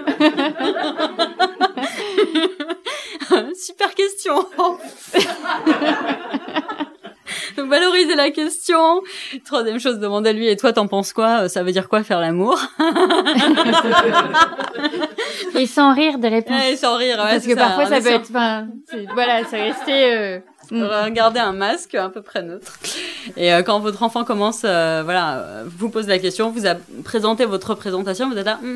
B: Super question. Donc, valoriser la question. Troisième chose, demandez-lui, et toi, t'en penses quoi? Ça veut dire quoi, faire l'amour?
A: Et sans rire des réponses.
B: Et sans rire, ouais.
A: Parce que parfois, ça peut être, voilà, c'est resté,
B: Regarder un masque à peu près neutre. Et quand votre enfant commence, vous pose la question, vous présentez votre présentation, vous êtes là,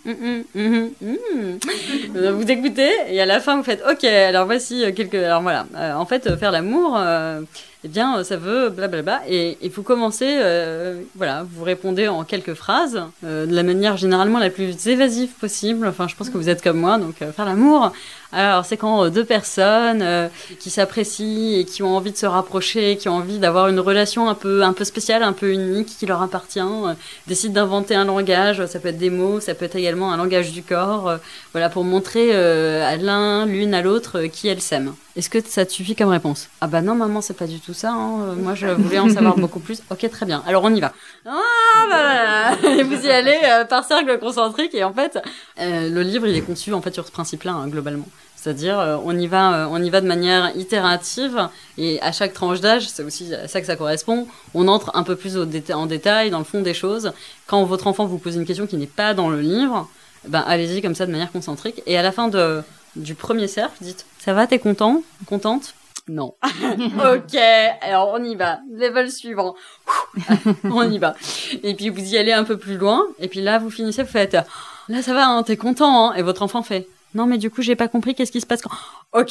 B: vous écoutez, et à la fin vous faites, ok, alors voici alors voilà, en fait, faire l'amour, eh bien, ça veut blablabla, et vous commencez, vous répondez en quelques phrases, de la manière généralement la plus évasive possible. Enfin, je pense que vous êtes comme moi, donc faire l'amour. Alors, c'est quand deux personnes qui s'apprécient et qui ont envie de se rapprocher, qui ont envie d'avoir une relation un peu spéciale, un peu unique, qui leur appartient, décident d'inventer un langage. Ça peut être des mots, ça peut être également un langage du corps, pour montrer à l'une à l'autre qui elles s'aiment. Est-ce que ça te suffit comme réponse? Ah bah non, maman, c'est pas du tout ça. Moi, je voulais en savoir beaucoup plus. Ok, très bien. Alors, on y va. Et vous y allez par cercle concentrique. Et en fait, le livre, il est conçu en fait sur ce principe-là, globalement. C'est-à-dire, on y va de manière itérative, et à chaque tranche d'âge, c'est aussi à ça que ça correspond, on entre un peu plus en détail, dans le fond des choses. Quand votre enfant vous pose une question qui n'est pas dans le livre, allez-y comme ça de manière concentrique, et à la fin du premier cercle, dites « Ça va, t'es content? Contente ?» Non. Ok, alors on y va. Level suivant. On y va. Et puis vous y allez un peu plus loin, et puis là, vous finissez, vous faites « Là, ça va, hein, t'es content, hein ?» Et votre enfant fait « Non, mais du coup, j'ai pas compris qu'est-ce qui se passe quand... » Ok.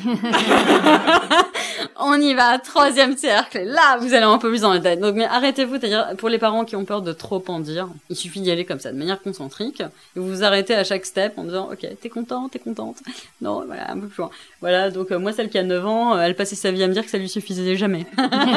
B: On y va, troisième cercle. Là, vous allez un peu plus dans la tête. Donc, mais arrêtez-vous, c'est-à-dire, pour les parents qui ont peur de trop en dire, il suffit d'y aller comme ça, de manière concentrique, et vous vous arrêtez à chaque step en disant, ok, t'es contente? Non, voilà, un peu plus loin. Voilà, donc, moi, celle qui a 9 ans, elle passait sa vie à me dire que ça lui suffisait jamais.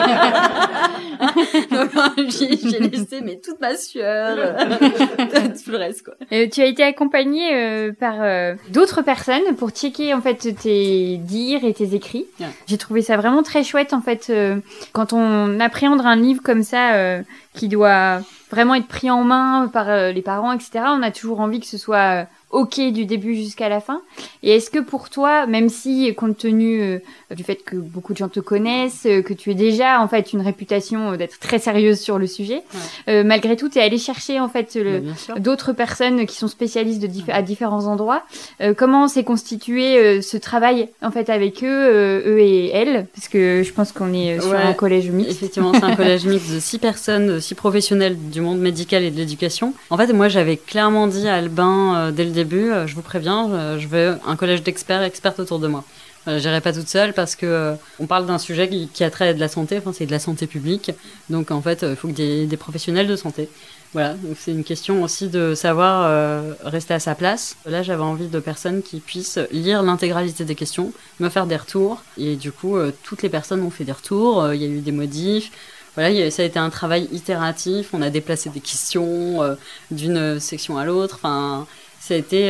B: Donc, j'ai laissé, mais toute ma sueur, tout le reste, quoi.
A: Tu as été accompagnée par d'autres personnes pour checker, en fait, tes dires et tes écrits. Yeah. J'ai trouvé ça vraiment très chouette, en fait, quand on appréhende un livre comme ça, qui doit vraiment être pris en main par les parents, etc. On a toujours envie que ce soit ok du début jusqu'à la fin. Et est-ce que pour toi, même si compte tenu du fait que beaucoup de gens te connaissent, que tu es déjà en fait une réputation d'être très sérieuse sur le sujet, malgré tout, tu es allé chercher en fait d'autres personnes qui sont spécialistes à différents endroits. Comment s'est constitué ce travail en fait avec eux et elles, parce que je pense qu'on est sur un collège mixte.
B: Effectivement, c'est un collège mixte de 6 personnes, 6 professionnels du monde médical et de l'éducation. En fait, moi, j'avais clairement dit à Albin dès le début, je vous préviens, je veux un collège expertes autour de moi. J'irai pas toute seule parce que on parle d'un sujet qui a trait à de la santé, enfin c'est de la santé publique, donc en fait il faut que des professionnels de santé. Voilà, donc c'est une question aussi de savoir rester à sa place. Là j'avais envie de personnes qui puissent lire l'intégralité des questions, me faire des retours, et du coup toutes les personnes ont fait des retours, il y a eu des modifs. Voilà, ça a été un travail itératif, on a déplacé des questions d'une section à l'autre, enfin ça a été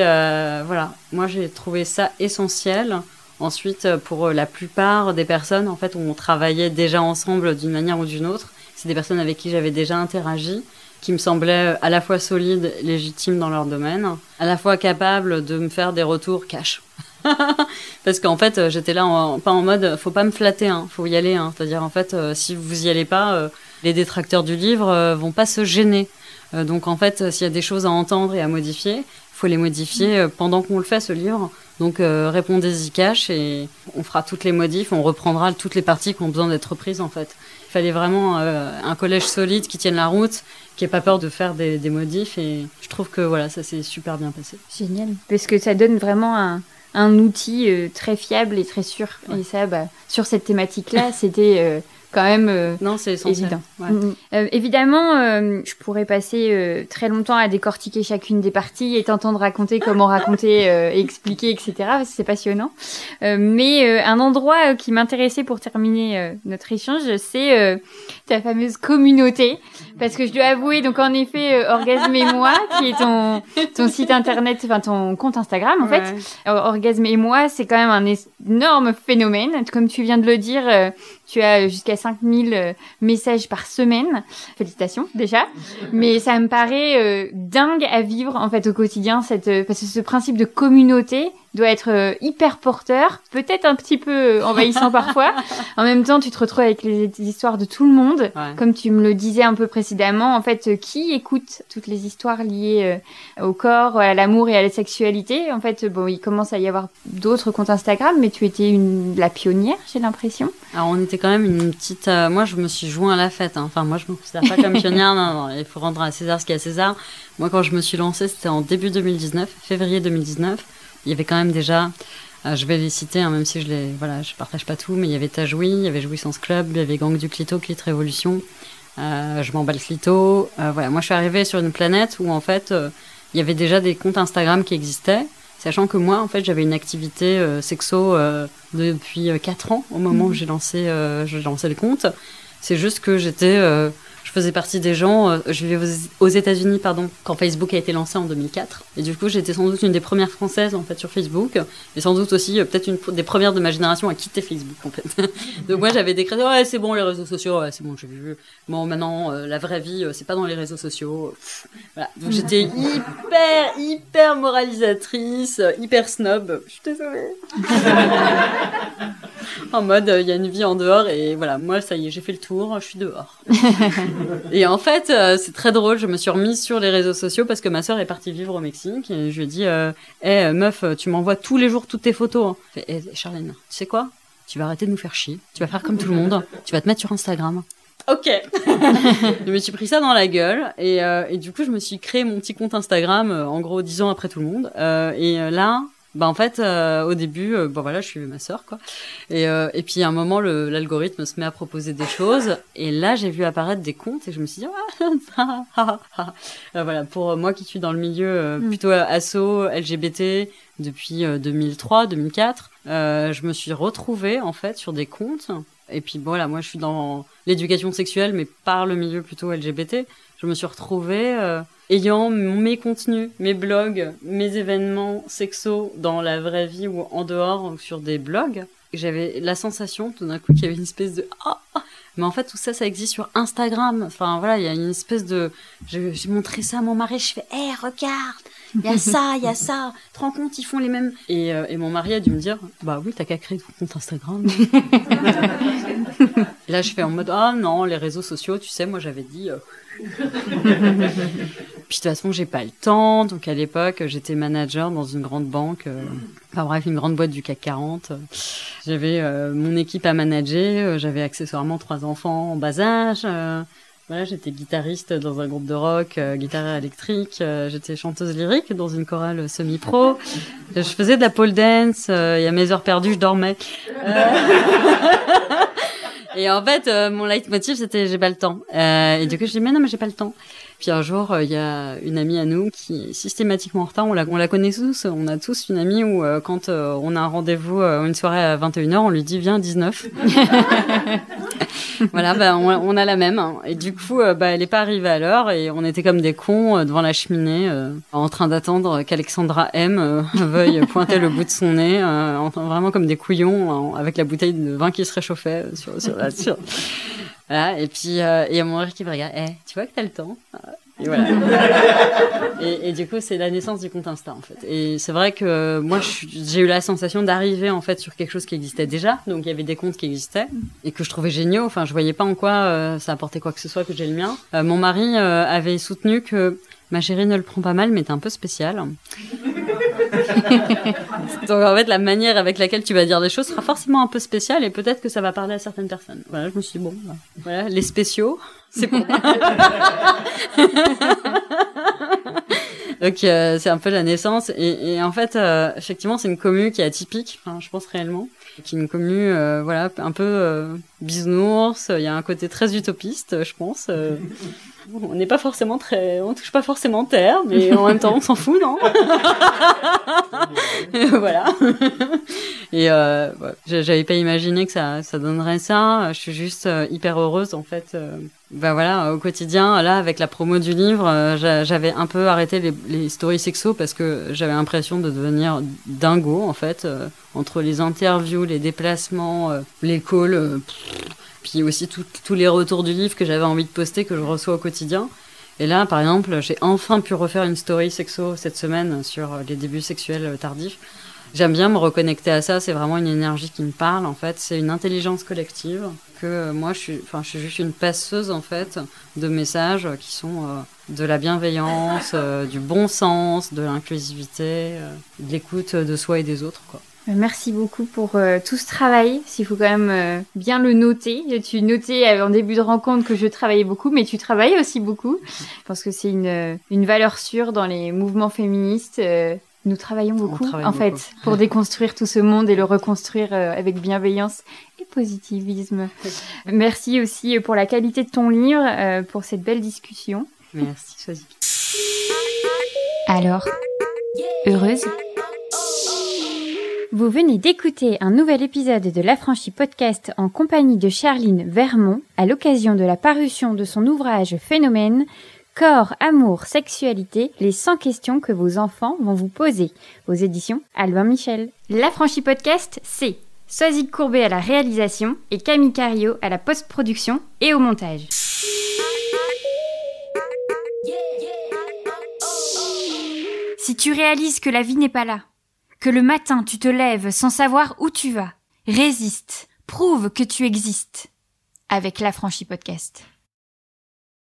B: moi j'ai trouvé ça essentiel. Ensuite, pour la plupart des personnes, en fait, on travaillait déjà ensemble d'une manière ou d'une autre. C'est des personnes avec qui j'avais déjà interagi, qui me semblaient à la fois solides, légitimes dans leur domaine, à la fois capables de me faire des retours cash. Parce qu'en fait, j'étais là pas en mode, faut pas me flatter, faut y aller. C'est-à-dire, en fait, si vous y allez pas, les détracteurs du livre vont pas se gêner. Donc, en fait, s'il y a des choses à entendre et à modifier, faut les modifier pendant qu'on le fait, ce livre. Donc répondez-y cash et on fera toutes les modifs, on reprendra toutes les parties qui ont besoin d'être reprises en fait. Il fallait vraiment un collège solide qui tienne la route, qui ait pas peur de faire des modifs, et je trouve que voilà, ça s'est super bien passé.
A: Génial, parce que ça donne vraiment un outil très fiable et très sûr. Ouais. Et ça, sur cette thématique-là, c'était quand même
B: non, c'est
A: évident.
B: Ouais.
A: Évidemment, je pourrais passer très longtemps à décortiquer chacune des parties et t'entendre raconter comment raconter et expliquer, etc. Parce que c'est passionnant. Mais un endroit qui m'intéressait pour terminer notre échange, c'est ta fameuse communauté. Parce que je dois avouer, donc en effet, Orgasme et moi, qui est ton site internet, enfin ton compte Instagram en fait. Orgasme et moi, c'est quand même un énorme phénomène. Comme tu viens de le dire, tu as jusqu'à 5000 messages par semaine. Félicitations, déjà. Mais ça me paraît dingue à vivre, en fait, au quotidien, parce que ce principe de communauté, doit être hyper porteur, peut-être un petit peu envahissant parfois. En même temps, tu te retrouves avec les histoires de tout le monde.
B: Ouais.
A: Comme tu me le disais un peu précédemment, en fait, qui écoute toutes les histoires liées au corps, à l'amour et à la sexualité? En fait, bon, il commence à y avoir d'autres comptes Instagram, mais tu étais la pionnière, j'ai l'impression.
B: Alors on était quand même une petite... moi je me suis joint à la fête, hein. Enfin moi je me considère pas comme pionnière, non, il faut rendre à César ce qu'il y a à César. Moi quand je me suis lancée c'était en début 2019, février 2019. Il y avait quand même déjà, je vais les citer hein, même si je partage pas tout, mais il y avait Tajoui, il y avait Jouissance Club, il y avait Gang du Clito, Clit Révolution, Je m'emballe Clito. Voilà, moi je suis arrivée sur une planète où en fait il y avait déjà des comptes Instagram qui existaient. Sachant que moi, en fait, j'avais une activité sexo depuis 4 ans, au moment où j'ai lancé le compte. C'est juste que je faisais partie des gens, je vivais aux États-Unis, quand Facebook a été lancé en 2004. Et du coup, j'étais sans doute une des premières Françaises, en fait, sur Facebook. Et sans doute aussi, peut-être une des premières de ma génération à quitter Facebook, en fait. Donc moi, j'avais décrété, ouais, c'est bon, les réseaux sociaux, ouais, c'est bon, j'ai vu. Bon, maintenant, la vraie vie, c'est pas dans les réseaux sociaux. Voilà. Donc j'étais hyper moralisatrice, hyper snob. Je suis désolée. En mode, il y a une vie en dehors et voilà, moi, ça y est, j'ai fait le tour, je suis dehors. Et en fait, c'est très drôle, je me suis remise sur les réseaux sociaux parce que ma sœur est partie vivre au Mexique et je lui ai dit, hey, meuf, tu m'envoies tous les jours toutes tes photos. Hein. Hey, Charlène, tu sais quoi? Tu vas arrêter de nous faire chier, tu vas faire comme tout le monde, tu vas te mettre sur Instagram. Ok. Je me suis pris ça dans la gueule et du coup, je me suis créé mon petit compte Instagram, en gros 10 ans après tout le monde. Là... en fait, au début, voilà, je suivais ma sœur, quoi. Et puis, à un moment, l'algorithme se met à proposer des choses. Et là, j'ai vu apparaître des comptes et je me suis dit, voilà, pour moi qui suis dans le milieu plutôt asso, LGBT, depuis 2003, 2004, je me suis retrouvée, en fait, sur des comptes. Et puis, voilà, moi, je suis dans l'éducation sexuelle, mais par le milieu plutôt LGBT. Je me suis retrouvée... ayant mes contenus, mes blogs, mes événements sexos dans la vraie vie ou en dehors sur des blogs, j'avais la sensation tout d'un coup qu'il y avait une espèce de mais en fait tout ça existe sur Instagram. Enfin voilà, il y a une espèce de j'ai montré ça à mon mari, je fais regarde, il y a ça, tu te rends compte, ils font les mêmes et mon mari a dû me dire bah oui, t'as qu'à créer ton compte Instagram. Et là je fais en mode non, les réseaux sociaux, tu sais, moi j'avais dit puis de toute façon j'ai pas le temps, donc à l'époque j'étais manager dans une grande banque, une grande boîte du CAC 40. J'avais mon équipe à manager, j'avais accessoirement 3 enfants en bas âge, voilà, j'étais guitariste dans un groupe de rock, guitare électrique, j'étais chanteuse lyrique dans une chorale semi-pro, je faisais de la pole dance, et à mes heures perdues je dormais. Et en fait, mon leitmotiv, c'était j'ai pas le temps. Et du coup, je dis mais non, mais j'ai pas le temps. Puis un jour, il y a une amie à nous qui est systématiquement en retard. On la connaît tous. On a tous une amie où quand on a un rendez-vous, une soirée à 21h, on lui dit viens à 19. Voilà, on a la même. Hein. Et du coup, elle est pas arrivée à l'heure et on était comme des cons devant la cheminée, en train d'attendre qu'Alexandra M veuille pointer le bout de son nez, vraiment comme des couillons, avec la bouteille de vin qui se réchauffait sur. Voilà, et puis il y a mon mari qui me regarde, tu vois que t'as le temps. Et voilà. et du coup, c'est la naissance du compte Insta, en fait. Et c'est vrai que moi, j'ai eu la sensation d'arriver, en fait, sur quelque chose qui existait déjà. Donc, il y avait des comptes qui existaient et que je trouvais géniaux. Enfin, je voyais pas en quoi ça apportait quoi que ce soit que j'ai le mien. Mon mari avait soutenu que ma chérie ne le prend pas mal, mais t'es un peu spécial. Donc en fait la manière avec laquelle tu vas dire des choses sera forcément un peu spéciale et peut-être que ça va parler à certaines personnes. Voilà, je me suis dit voilà, les spéciaux, c'est bon. Donc c'est un peu la naissance et en fait effectivement c'est une commu qui est atypique, je pense réellement, qui est une commu un peu bisounours, il y a un côté très utopiste, je pense. On n'est pas forcément on touche pas forcément terre, mais en même temps on s'en fout, non? Voilà. Et j'avais pas imaginé que ça donnerait ça. Je suis juste hyper heureuse en fait. Au quotidien, là avec la promo du livre, j'avais un peu arrêté les stories sexo parce que j'avais l'impression de devenir dingo en fait, entre les interviews, les déplacements, les calls. Puis aussi tous les retours du livre que j'avais envie de poster, que je reçois au quotidien. Et là, par exemple, j'ai enfin pu refaire une story sexo cette semaine sur les débuts sexuels tardifs. j'aime bien me reconnecter à ça. C'est vraiment une énergie qui me parle, en fait. C'est une intelligence collective que moi, je suis juste une passeuse, en fait, de messages qui sont de la bienveillance, du bon sens, de l'inclusivité, de l'écoute de soi et des autres, quoi.
A: Merci beaucoup pour tout ce travail. Il faut quand même bien le noter. Tu notais en début de rencontre que je travaillais beaucoup, mais tu travailles aussi beaucoup. Je pense que c'est une valeur sûre dans les mouvements féministes. Nous travaillons beaucoup, fait, pour déconstruire tout ce monde et le reconstruire avec bienveillance et positivisme. Merci aussi pour la qualité de ton livre, pour cette belle discussion.
B: Merci, Soisy.
A: Alors, heureuse ? Vous venez d'écouter un nouvel épisode de l'Affranchi Podcast en compagnie de Charline Vermont à l'occasion de la parution de son ouvrage Phénomène, Corps, amour, sexualité, les 100 questions que vos enfants vont vous poser, aux éditions Albin Michel. L'Affranchi Podcast, c'est Soisy Courbet à la réalisation et Camille Cario à la post-production et au montage. Si tu réalises que la vie n'est pas là, que le matin tu te lèves sans savoir où tu vas, résiste, prouve que tu existes avec l'Affranchi Podcast.